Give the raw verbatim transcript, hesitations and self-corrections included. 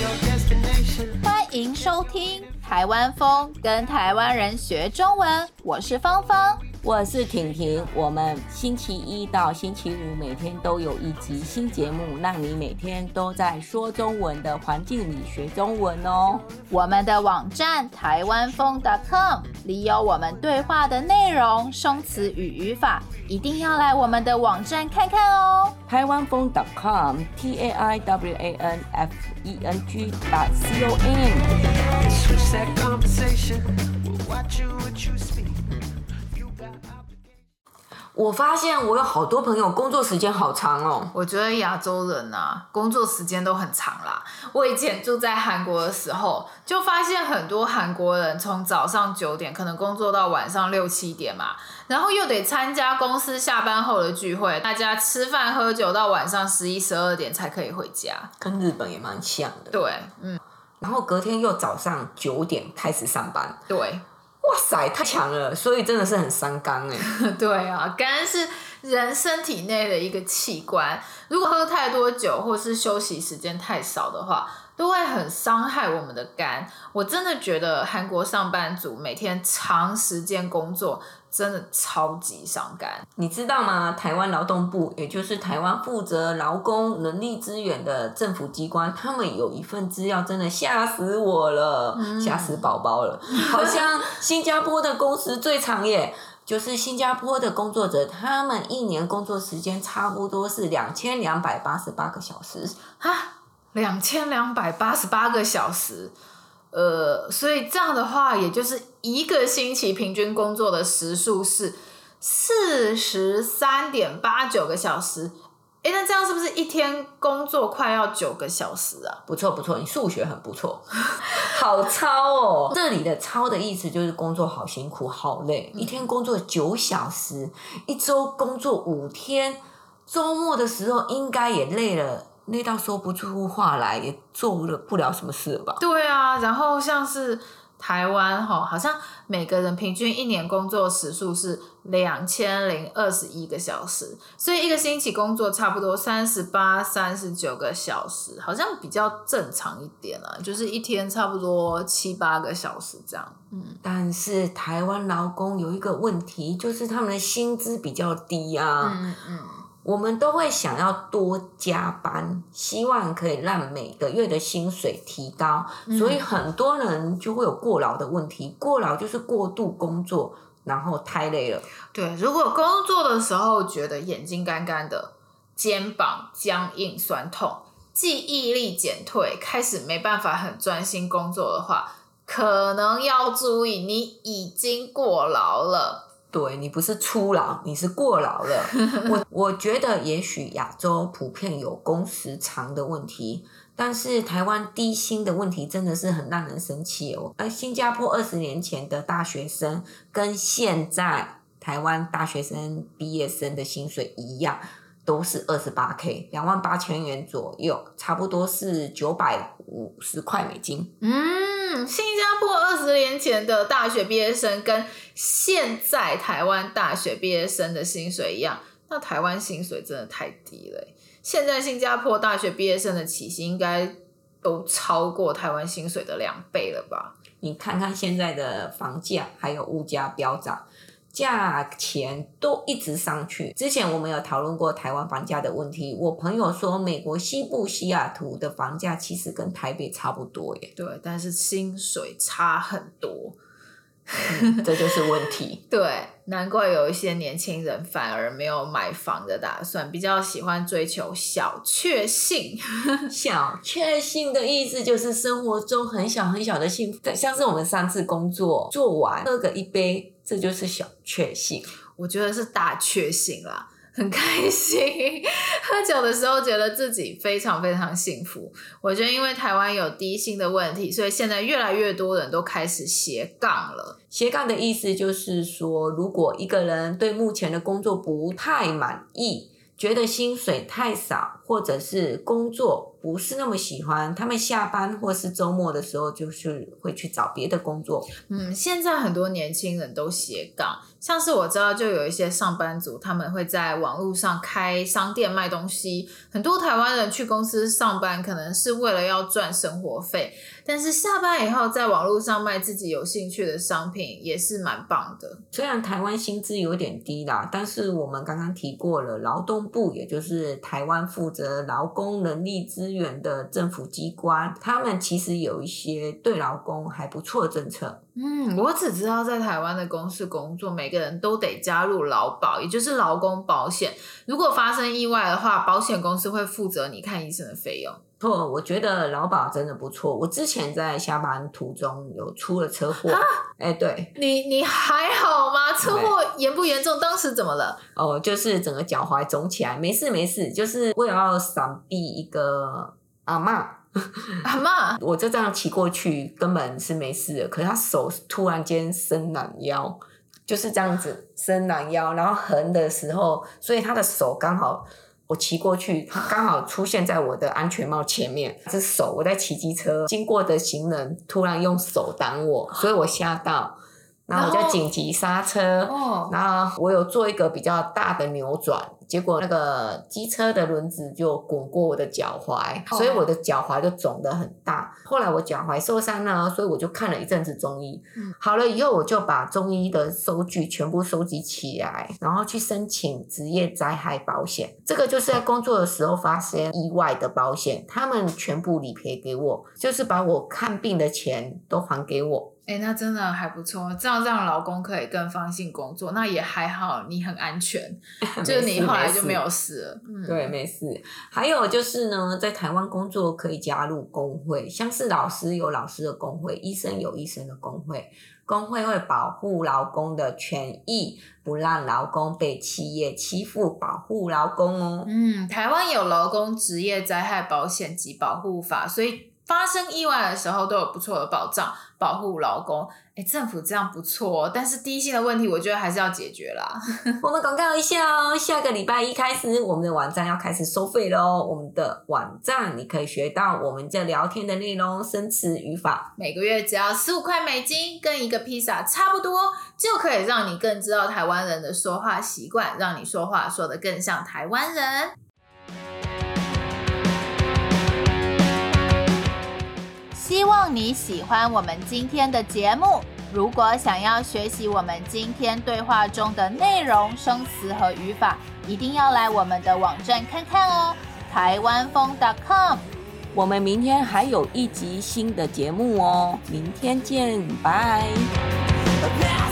欢迎收听台湾风，跟台湾人学中文。我是芳芳， 我是婷婷。我们星期一到星期五每天都有一集新节目，让你每天都在说中文的环境里学中文哦。 我们的网站台湾风 .com 里有我们对话的内容、生词与语法，一定要来我们的网站看看哦。 台湾风 .com T A I W A N F E N G C O M。我发现我有好多朋友工作时间好长哦。 我觉得亚洲人啊，工作时间都很长啦。我以前住在韩国的时候，就发现很多韩国人从早上九点可能工作到晚上六七点嘛，然后又得参加公司下班后的聚会，大家吃饭喝酒到晚上十一、十二点才可以回家， 跟日本也蛮像的。 对，嗯。 然后隔天又早上九点开始上班。 对， 哇塞，太强了！所以真的是很伤肝哎。 对啊，肝是人身体内的一个器官，如果喝太多酒或是休息时间太少的话，都会很伤害我们的肝。我真的觉得韩国上班族每天长时间工作真的超级伤肝。 你知道吗？台湾劳动部，也就是台湾负责劳工人力资源的政府机关，他们有一份资料真的吓死我了，嗯、吓死宝宝了。好像新加坡的工时最长耶，就是新加坡的工作者，他们一年工作时间差不多是两千两百八十八个小时啊，两千两百八十八个小时。呃，所以这样的话，也就是一个星期平均工作的时数是四十三点八九个小时。诶，那这样是不是一天工作快要九个小时啊？ 不错不错，你数学很不错。好超哦！这里的超的意思就是工作好辛苦好累，一天工作九小时，一周工作五天，周末的时候应该也累了，累到说不出话来，也做不了什么事了吧？ 对啊，然后像是台湾好像每个人平均一年工作时数是两千零二十一个小时，所以一个星期工作差不多三十八、三十九个小时，好像比较正常一点啊，就是一天差不多七八个小时这样。嗯， 但是台湾劳工有一个问题，就是他们的薪资比较低啊。嗯嗯。我们都会想要多加班，希望可以让每个月的薪水提高，嗯、所以很多人就会有过劳的问题。过劳就是过度工作，然后太累了。 对，如果工作的时候觉得眼睛干干的，肩膀僵硬酸痛，记忆力减退，开始没办法很专心工作的话，可能要注意，你已经过劳了。 对，你不是初老，你是过劳了。我我觉得也许亚洲普遍有工时长的问题，但是台湾低薪的问题真的是很让人生气哦。而新加坡二十年前的大学生跟现在台湾大学生毕业生的薪水一样，都是 二十八K 两万八千元左右，差不多是九百五十块美金。 嗯，新加坡二十年前的大学毕业生跟现在台湾大学毕业生的薪水一样，那台湾薪水真的太低了。现在新加坡大学毕业生的起薪应该都超过台湾薪水的两倍了吧？ 你看看现在的房价还有物价飙涨，价钱都一直上去。之前我们有讨论过台湾房价的问题，我朋友说美国西部西雅图的房价其实跟台北差不多耶。 对，但是薪水差很多。 嗯、这就是问题。 对，难怪有一些年轻人反而没有买房的打算，比较喜欢追求小确幸。 小确幸的意思就是生活中很小很小的幸福，像是我们上次工作做完喝个一杯，这就是小确幸。 我觉得是大确幸啦，很开心，喝酒的时候觉得自己非常非常幸福。我觉得因为台湾有低薪的问题，所以现在越来越多人都开始斜杠了。 斜杠的意思就是说，如果一个人对目前的工作不太满意，觉得薪水太少， 或者是工作不是那么喜欢，他们下班或是周末的时候就是会去找别的工作。 嗯，现在很多年轻人都斜杠，像是我知道就有一些上班族他们会在网络上开商店卖东西，很多台湾人去公司上班可能是为了要赚生活费，但是下班以后在网络上卖自己有兴趣的商品也是蛮棒的。 虽然台湾薪资有点低啦，但是我们刚刚提过了，劳动部也就是台湾负责劳工人力资源的政府机关，他们其实有一些对劳工还不错的政策。 嗯，我只知道在台湾的公司工作，每个人都得加入劳保，也就是劳工保险。如果发生意外的话，保险公司会负责你看医生的费用。 错，我觉得劳保真的不错。我之前在下班途中有出了车祸，哎、欸，对， 你你还好吗？车祸严不严重？当时怎么了？ 哦，就是整个脚踝肿起来，没事没事，就是为了要闪避一个阿嬷。 阿嬷， 我就这样骑过去，根本是没事的。可是他手突然间伸懒腰，就是这样子伸懒腰，然后横的时候，所以他的手刚好。我骑过去，他刚好出现在我的安全帽前面。这手我在骑机车，经过的行人突然用手挡我，所以我吓到，然后我就紧急刹车， 哦， 然后我有做一个比较大的扭转，结果那个机车的轮子就滚过我的脚踝， 哦， 所以我的脚踝就肿得很大。后来我脚踝受伤了，所以我就看了一阵子中医，嗯，好了以后我就把中医的收据全部收集起来，然后去申请职业灾害保险。这个就是在工作的时候发生意外的保险，他们全部理赔给我，就是把我看病的钱都还给我。 哎、欸，那真的还不错，这样让劳工可以更放心工作，那也还好，你很安全，就是你后来就没有事了。 嗯，对，没事。还有就是呢，在台湾工作可以加入工会，像是老师有老师的工会，医生有医生的工会，工会会保护劳工的权益，不让劳工被企业欺负，保护劳工哦。 嗯，台湾有劳工职业灾害保险及保护法，所以发生意外的时候都有不错的保障，保护劳工。诶，政府这样不错，但是低薪的问题我觉得还是要解决啦。 我们广告一下哦，下个礼拜一开始我们的网站要开始收费了哦。我们的网站你可以学到我们这聊天的内容，生词语法， 每个月只要十五块美金，跟一个披萨差不多，就可以让你更知道台湾人的说话习惯，让你说话说得更像台湾人。 希望你喜欢我们今天的节目。如果想要学习我们今天对话中的内容、生词和语法，一定要来我们的网站看看哦，台湾风 .com。 我们明天还有一集新的节目哦，明天见，拜。